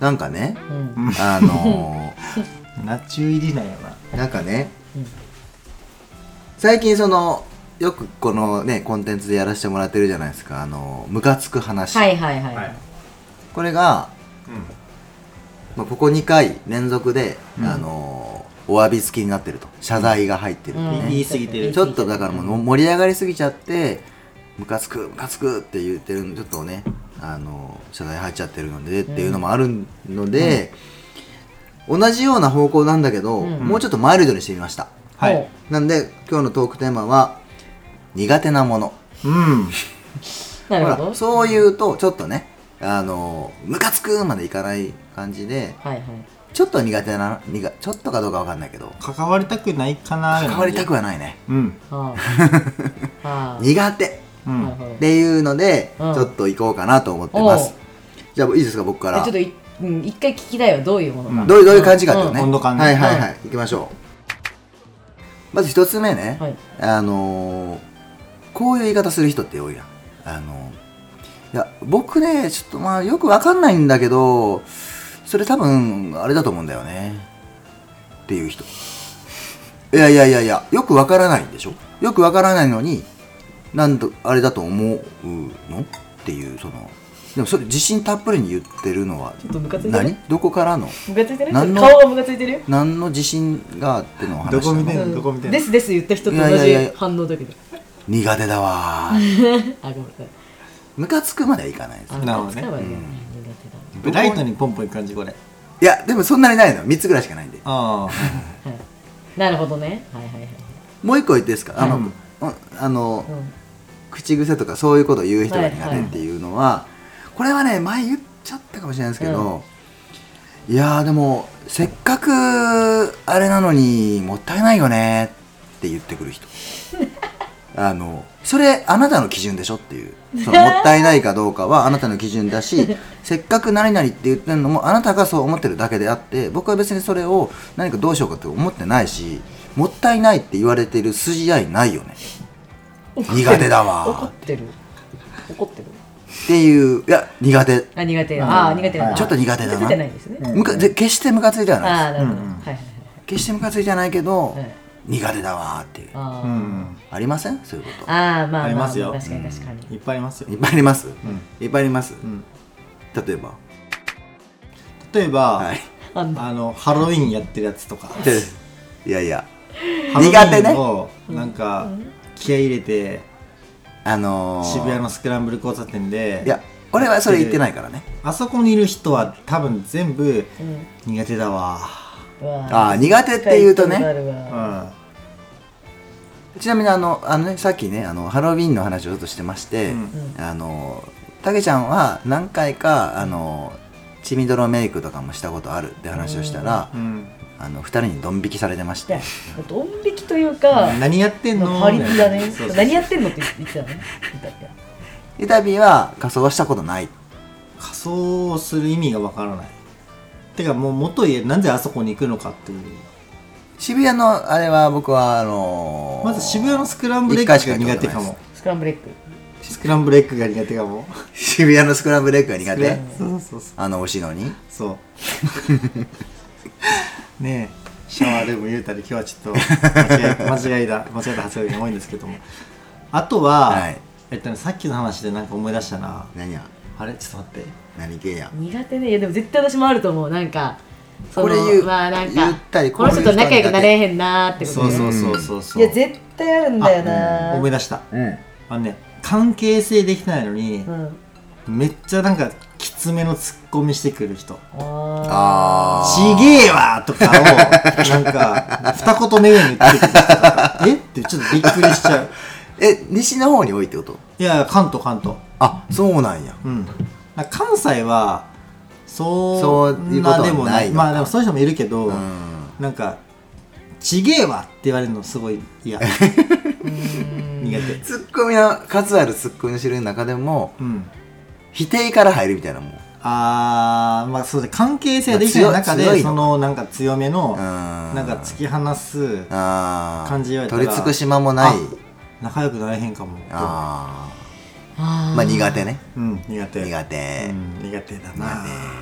なんかね、 ナチュ入りなんやな。 なんかね、最近そのよくこのねコンテンツでやらせてもらってるじゃないですか、ムカつく話、 はいはいはい、はい、 これが、まあ、ここ2回連続で、お詫び付きになってると、謝罪が入ってる、 言い過ぎてる。 ちょっとだからもう盛り上がりすぎちゃってムカつくムカつくって言ってるのちょっとね謝罪入っちゃってるので、っていうのもあるので、同じような方向なんだけど、もうちょっとマイルドにしてみました。 はい。 なんで今日のトークテーマは苦手なもの。 なるほど。 そういうとちょっとねムカつくまでいかない感じで、 はいはい、 ちょっと苦手なちょっとかどうかわかんないけど関わりたくないかな。 関わりたくはないね。苦手っていうので、ちょっと行こうかなと思ってます。じゃあいいですか、僕から。 ちょっと一回聞きたいわ、どういうものか、 どういう感じかっていうね。 温度感ね。 はいはいはい、行きましょう。まず一つ目ね、こういう言い方する人って多いやん。いや僕ねちょっとまあよくわかんないんだけど、それ多分あれだと思うんだよねっていう人。いやよくわからないんでしょ。よくわからないのになんとあれだと思うのっていう、そのでもそれ自信たっぷりに言ってるのはちょっとムカついてる。 何？どこからの？ ムカついてる？顔がムカついてるよ。 何の自信があっての話なの？ どこ見てんの？どこ見てんの？ です言った人と同じ反応だけど。 苦手だわー。 あ、ごめんなさい。 ムカつくまではいかないです。 なるほどね。 苦手だ。ライトにポンポンいく感じこれ。 いやでもそんなにないの。3つぐらいしかないんで。 ああ。なるほどね。はいはいはい。 もう一個言っていいですか？口癖とかそういうことを言う人が苦手っていうのは、これはね前言っちゃったかもしれないですけど、いやでもせっかくあれなのにもったいないよねって言ってくる人。それあなたの基準でしょっていう、そのもったいないかどうかはあなたの基準だし、せっかく何々って言ってるのもあなたがそう思ってるだけであって、僕は別にそれを何かどうしようかって思ってないし、もったいないって言われてる筋合いないよね。苦手だわ。 怒ってるっていう、いや苦手。 苦手。苦手だ。 ちょっと苦手だな。 じゃないですね。 決してムカついてはないです。 なるほど。はいはい。 決してムカついてはないけど、苦手だわっていう。ありません？そういうこと。 まあありますよ。 確かにいっぱいありますよ。 いっぱいあります。いっぱいあります。例えば、 ハロウィンやってるやつとか。 いやいや。 苦手ね。なんか気合い入れて渋谷のスクランブル交差点で。 いや俺はそれ言ってないからね。 あそこにいる人は多分全部苦手だわ。 苦手って言うとね。ちなみにね、さっきねハロウィンの話をちょっとしてまして、たけちゃんは何回か血みどろメイクとかもしたことあるって話をしたら、2人にドン引きされてまして。 ドン引きというか、 何やってんの？ 張り手だね。何やってんのって言ってたのね。 イタビは仮装はしたことない。 仮装する意味がわからない。てかもう元へなぜあそこに行くのかっていう。 渋谷のあれは僕はまず渋谷のスクランブルエッグが苦手かも。 スクランブルエッグが苦手かも。 渋谷のスクランブルエッグが苦手。 そう推しのに。 そう。ねえ、シャワーでも言うたり今日はちょっと間違えた発言が多いんですけども。あとは、さっきの話でなんか思い出したな。 何や。 あれちょっと待って。 何系や。 苦手ね。いやでも絶対私もあると思う。なんかこれ言ったりこの人と仲良くなれへんなーってことね。 そういや絶対あるんだよな。 思い出した。関係性できないのに、めっちゃなんかきつめのツッコミしてくる人。ちげえわとかをなんか二言目に言ってくる人とかってちょっとびっくりしちゃう。 西の方に多いってこと？ いや関東。 あ、そうなんや。 関西はそういうことでもない。まあでもそういう人もいるけど、なんかちげえわって言われるのすごい嫌。苦手。 ツッコミの数あるツッコミの種類の中でも、否定から入るみたいなもん。 まあそうで関係性できない中でそのなんか強めのなんか突き放す感じ言われたら取り尽くし間もない。 仲良くなれへんかも。 まあ苦手ね。 苦手だな。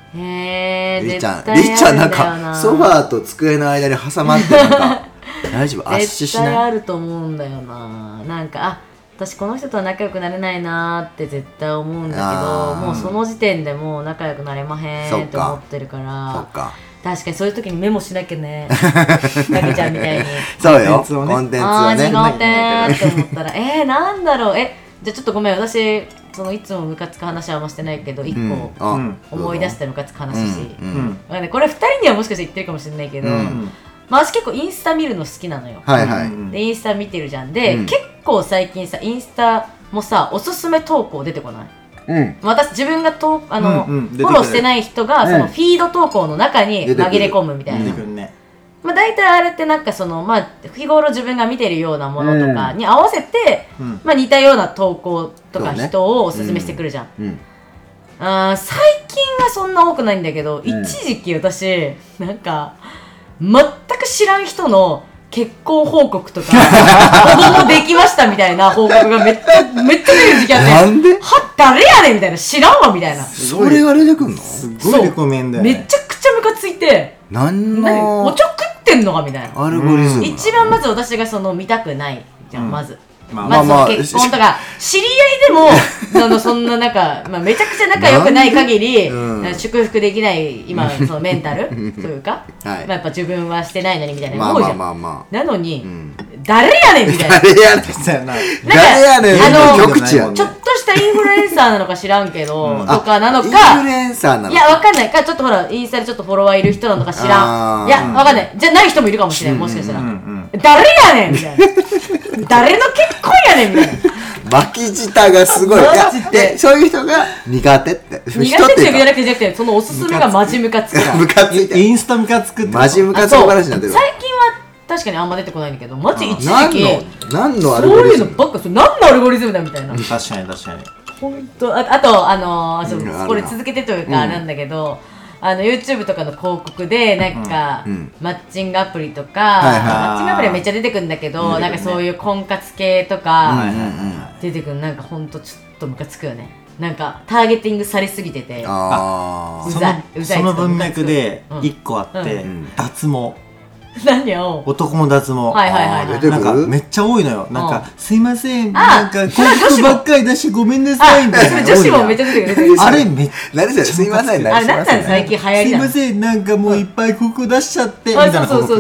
りっちゃんなんかソファーと机の間に挟まってなんか大丈夫圧死しない？ 絶対あると思うんだよな。なんか私この人とは仲良くなれないなって絶対思うんだけど、もうその時点でもう仲良くなれまへんって思ってるから。 そっか。 確かにそういう時にメモしなきゃね。かけちゃんみたいに。 そうよ。コンテンツをね。 苦手って思ったらなんだろう。じゃあちょっとごめん、私そのいつもムカつく話はあんましてないけど、一個思い出してムカつく話し、これ2人にはもしかして言ってるかもしれないけど、私結構インスタ見るの好きなのよ。でインスタ見てるじゃん。で、結構最近さインスタもさおすすめ投稿出てこない？私自分がフォローしてない人がそのフィード投稿の中に紛れ込むみたいな。大体あれってなんか日頃自分が見てるようなものとかに合わせて、似たような投稿とか人をおすすめしてくるじゃん。最近はそんな多くないんだけど、一時期私なんか全く知らん人の結婚報告とか子供できましたみたいな報告がめっちゃ出る時期あって、 なんで？ 誰やねんみたいな、知らんわみたいな。 それが出てくんの？ すごいレコメンだよね。 めちゃくちゃムカついて、おちょくってんのかみたいな。 アルゴリズム。 一番まず私が見たくないじゃん、まず。まず結婚とか知り合いでもそんなめちゃくちゃ仲良くない限り祝福できない今そのメンタルというか、やっぱ自分はしてないのにみたいな思うじゃん。なのに誰やねんみたいな。 誰やねんの極致や。 ちょっとしたインフルエンサーなのか知らんけどとかなのか、 インフルエンサーなのか、 いやわかんないか、ちょっとほらインスタでちょっとフォロワーいる人なのか知らん。いやわかんない。じゃない人もいるかもしれない。もしかしたら誰やねんみたいな。誰の結婚やねんみたいな。 巻き舌がすごい。そういう人が苦手って。 苦手って言うじゃなくて、そのおすすめがマジムカつく。 インスタムカつくって。 マジムカつく話になってる。 最近は確かにあんま出てこないんだけど、マジ一時期何のアルゴリズム？ そういうのばっか、何のアルゴリズムだみたいな。 確かに。 本当。あとこれ続けてというかなんだけど。YouTube とかの広告でなんか、マッチングアプリとか、マッチングアプリはめっちゃ出てくるんだけど、なんかそういう婚活系とか出てくる。なんかほんとちょっとムカつくよね。なんかターゲティングされすぎてて、 その文脈で1個あって、脱毛。 何よ、 男の脱毛。なんかめっちゃ多いのよ。なんかすいません、なんか広告ばっかり出してごめんなさいみたいな。 女子もめっちゃ出てくる。 あれめっちゃ。 何それ？すいません。 あれなんなん最近流行りなの？ すいません、なんかもういっぱい広告出しちゃってみたいな。 そう。なんか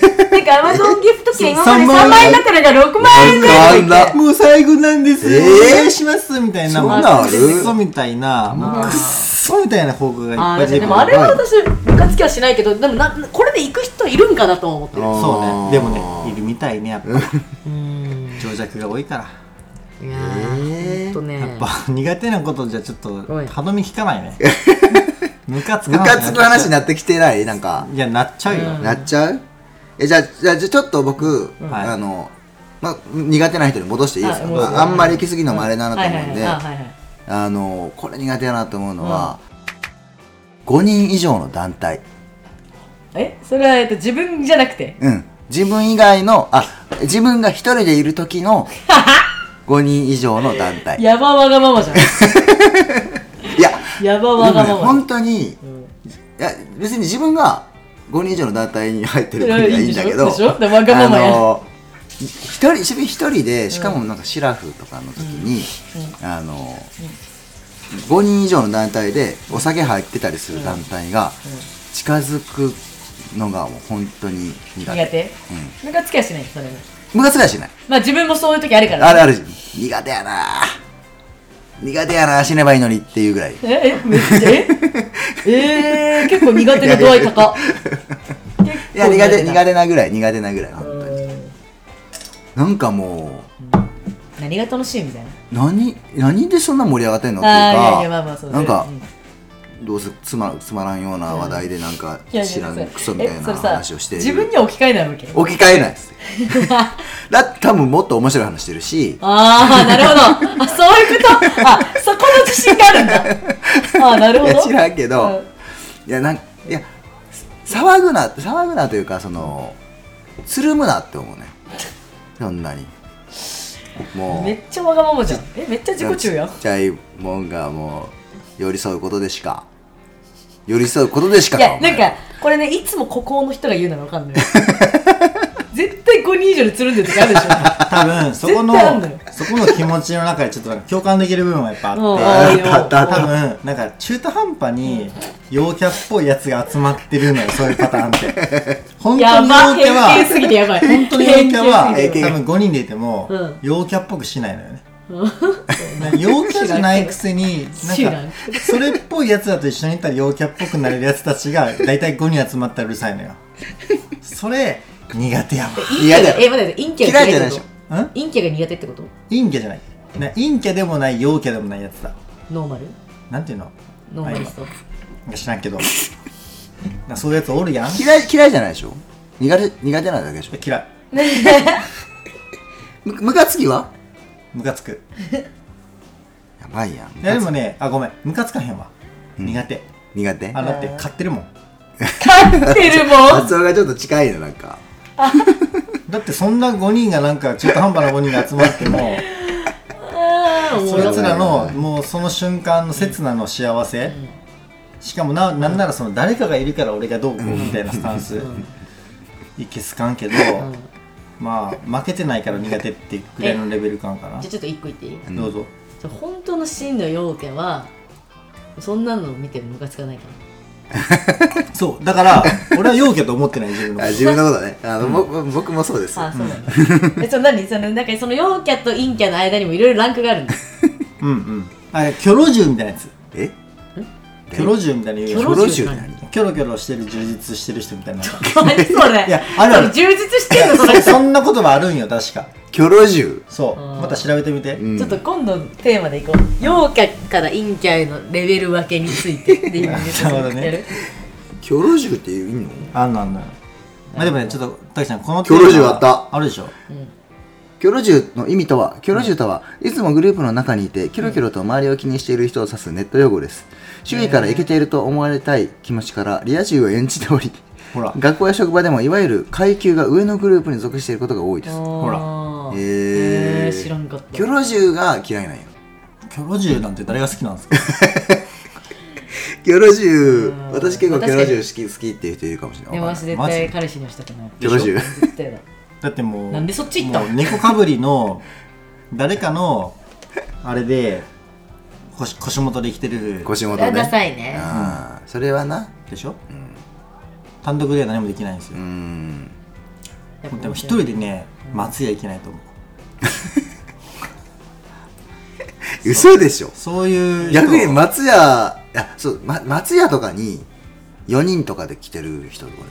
Amazonギフト券今まで3万円だったのが6万円でもう最後なんですよ。お願いしますみたいな。 そんなある？ クソみたいな。クソみたいな広告がいっぱい出てくる。 でもあれは私ムカつきはしないけど、でもこれで行く人いるんかなと思ってる。 そうね。でもね、いるみたいね、やっぱ情弱が多いから。 いやー、ほんとね、 やっぱ苦手なことじゃちょっと歯止め効かないね。ムカつく話になってきてない？なんかいや、なっちゃうよ。 なっちゃう？じゃあちょっと僕苦手な人に戻していいですか？あんまり行き過ぎるのもあれだなと思うんで、これ苦手だなと思うのは5人以上の団体。 それは自分じゃなくて？ 自分以外の自分が一人でいる時の5人以上の団体。 やばわがままじゃん。いや、 やばわがまま。 本当に、いや別に自分が5人以上の団体に入ってる分にはいいんだけど、一人で、しかもなんかシラフとかの時に、5人以上の団体でお酒入ってたりする団体が近づくのがもう本当に苦手。 ムカつきはしない。それムカつきはしない。 まあ自分もそういう時あるから。 ある苦手やな死ねばいいのにっていうぐらい。 めっちゃ結構苦手な度合い高。 いや苦手なぐらい本当に。なんかもう何が楽しいみたいな。 何でそんな盛り上がってんのっていうか、なんかどうせつまらんような話題でなんか知らんクソみたいな話をしてる。 自分には置き換えないわけ？ 置き換えないです。だって多分もっと面白い話してるし。 なるほど。そういうこと。そこの自信があるんだ。なるほど。 知らんけど、いや騒ぐなというか、つるむなって思うね。そんなにもうめっちゃわがままじゃん。めっちゃ自己中やん。 ちっちゃいもんがもう寄り添うことでしか寄り添うことでしかいやなんかこれねいつも孤高の人が言うならわかんない絶対5人以上でつるんでる時あるでしょ多分そこの気持ちの中でちょっとなんか共感できる部分はやっぱあって多分なんか中途半端に陽キャっぽいやつが集まってるのよそういうパターンって本当に陽キャは偏見すぎてやばい本当に陽キャは多分5人でいても陽キャっぽくしないのよね陽キャじゃないくせになんかそれっぽいやつらと一緒にいたら陽キャっぽくなれるやつたちがだいたい5人集まったらうるさいのよそれ苦手やわ待って陰キャが嫌いってこと陰キャが苦手ってこと陰キャじゃない陰キャでもない陽キャでもないやつだノーマルなんていうのノーマリスト知らんけどそういうやつおるやん嫌いじゃないでしょ苦手なだけでしょ嫌いムカつきはムカつくやばいやんいやでもねごめんムカつかへんわ苦手だって買ってるもん買ってるもん発音がちょっと近いのなんかだってそんな5人がなんか中途半端な5人が集まってもそいつらのもうその瞬間の刹那の幸せ、しかもなんならその誰かがいるから俺がどうこうみたいなスタンスいけすかんけど、まあ負けてないから苦手ってぐらいのレベル感かな。 じゃあちょっと1個言っていい？ どうぞ。 本当の真の陽キャはそんなのを見てもムカつかないから。 そうだから俺は陽キャと思ってない自分のこと。 自分のことね僕もそうです。 あ、そうなんだ。なんかその陽キャと陰キャの間にもいろいろランクがあるんだ。 うんうん。キョロ獣みたいなやつ。キョロ獣みたいな言う。 キョロ獣って何？ キョロキョロしてる充実してる人みたいな。 何それ？ いやある充実してるのそれ。 そんな言葉あるんよ確か。 キョロ獣。 そうまた調べてみて。 ちょっと今度テーマでいこう。陽キャから陰キャへのレベル分けについてっていうのでなるほどね。 キョロ獣っていいの？ あんの。まあでもねちょっとたけちゃんこのキョロ獣あった。 あるでしょ。 キョロ獣の意味とは、キョロ獣とはいつもグループの中にいてキョロキョロと周りを気にしている人を指すネット用語です。周囲からイケていると思われたい気持ちからリア充を演じており、学校や職場でもいわゆる階級が上のグループに属していることが多いです。 ほら知らんかった。 キョロ獣が嫌いなんよ。 キョロ獣なんて誰が好きなんですか？ キョロ獣、私結構キョロ獣好きっていう人いるかもしれない。 でも私絶対彼氏にはしたくない。 キョロ獣絶対だ。 だってもうなんでそっち行ったの？ 猫かぶりの誰かのあれで腰元で生きてる腰元でダサいね。 それはなでしょ。単独では何もできないんですよ。でも一人でね松屋行けないと思う。 嘘でしょ。 そういう逆に松屋松屋とかに4人とかで来てる人とか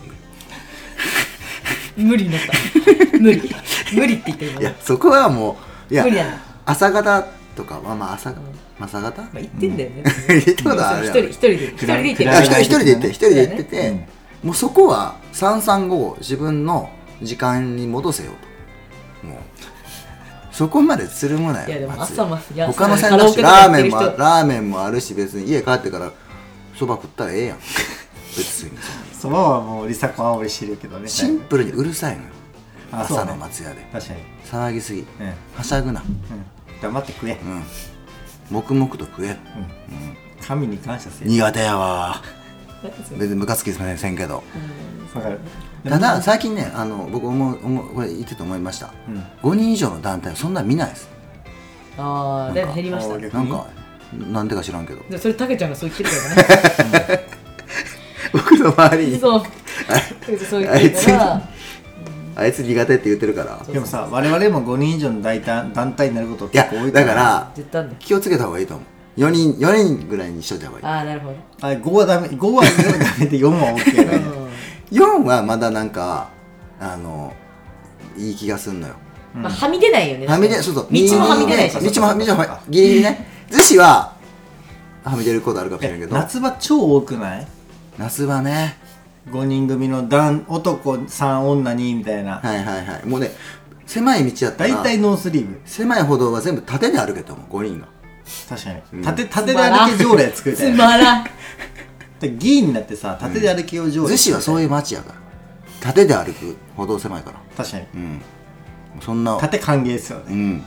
無理になった無理って言ってる。 いやそこはもう無理だな。 朝方とかは朝方言ってんだよね。 言ったことある。 一人で行ってる。 一人で行ってて、もうそこは335を自分の時間に戻せよと。もうそこまでつるむなよ。 いやでも朝も他の選択肢ラーメンもあるし、別に家帰ってからそば食ったらええやん。別にそばはもうリサ子青いしてるけどね。 シンプルにうるさいのよ。朝の松屋で確かに騒ぎすぎ、はしゃぐな、 黙って食え、 黙々と食え、 神に感謝せえ。 苦手やわ。別にムカつきせんけど、 わかる。 ただ最近ね僕これ言ってて思いました、5人以上の団体はそんな見ないです。 だいぶ減りました。 なんかなんでか知らんけど、 それたけちゃんがそう言ってるからね。 僕の周りにそう言ってるからあいつ苦手って言ってるから。 でもさ我々も5人以上の団体になること結構多いから、だから気をつけた方がいいと思う。4人ぐらいにしといた方がいい。 ああなるほど。 5はダメ、5はダメで4は OK だね。 4はまだなんかいい気がすんのよ。 はみ出ないよね。 はみ出、そう道もはみ出ないし。 道もギリギリね。逗子ははみ出ることあるかもしれんけど。 夏場超多くない？ 夏場ね。 5人組の男3女2みたいな。 はいもうね狭い道やったら大体ノースリーブ。 狭い歩道は全部縦で歩けと思う。5人が確かに縦で歩け条例作りたい。 つまらん。 議員になってさ縦で歩けよう条例。 逗子はそういう街やから縦で歩く歩道狭いから。 確かにそんな縦歓迎ですよね。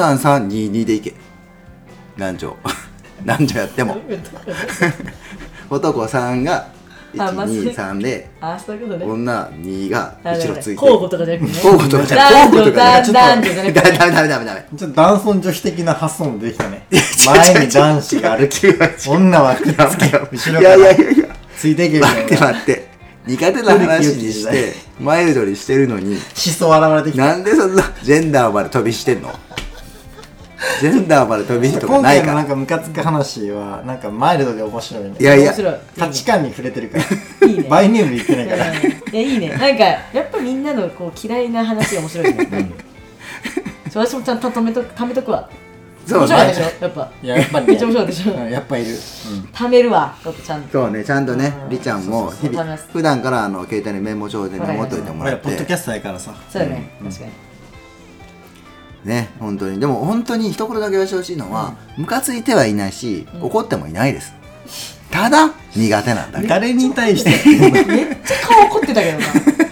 33322で行け。男女やっても男3があまずい 123であ、そういうことね。 女2が後ろついて交互とかじゃなくてね。 交互とかじゃない交互とかじゃない男女じゃなくて。 ダメちょっと男尊女卑的な発想もできたね。前に男子が歩き、女はくっつけ、後ろからついていける。 待って苦手な話にしてマイルドにしてるのに思想現れてきた。 なんでそんなジェンダーまで飛びしてんの？ジェンダーまで飛び火とか今ないから。 回のなんかムカつく話はなんかマイルドで面白いね。 いやいや面白い。 価値観に触れてるからいいね。 バイネーム言ってないからいや、いいね。なんか、やっぱみんなのこう嫌いな話が面白いね。私もちゃんとためとくわ。 そう面白いでしね。 ょやっぱ。 いややっぱりめっちゃ面白いでしょやっぱいる、 ためるわ。ちょっとちゃんと。 そうね、ちゃんとねう、んりちゃんも日々 そうそうそう普段から携帯にメモ帳でメモっといてもらって俺らポッドキャスターやからさ。 そうだね。確かに。 ね、本当にでも本当に一言だけ言わせてほしいのは、ムカついてはいないし怒ってもいないです。ただ苦手なんだけど。 誰に対してめっちゃ顔怒ってたけどな。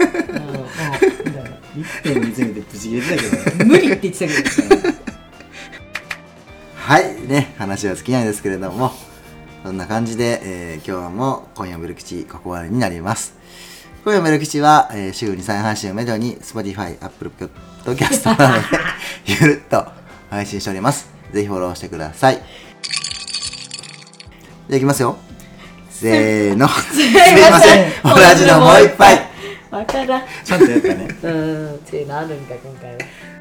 1.2ゼミでブチ切れてたけどね。 無理って言ってたけど。 はいね、話は尽きないですけれども、そんな感じで、今日も今夜もメルクチここまでになります。今夜もメルクチは、週2、3配信をめどに Spotify、Apple Podcast などでゆるっと配信しております。ぜひフォローしてください。じゃあいきますよ。せーの。すいません。同じのもう一杯。 わからん。 ちゃんとやったね。 っていうのあるんか今回は。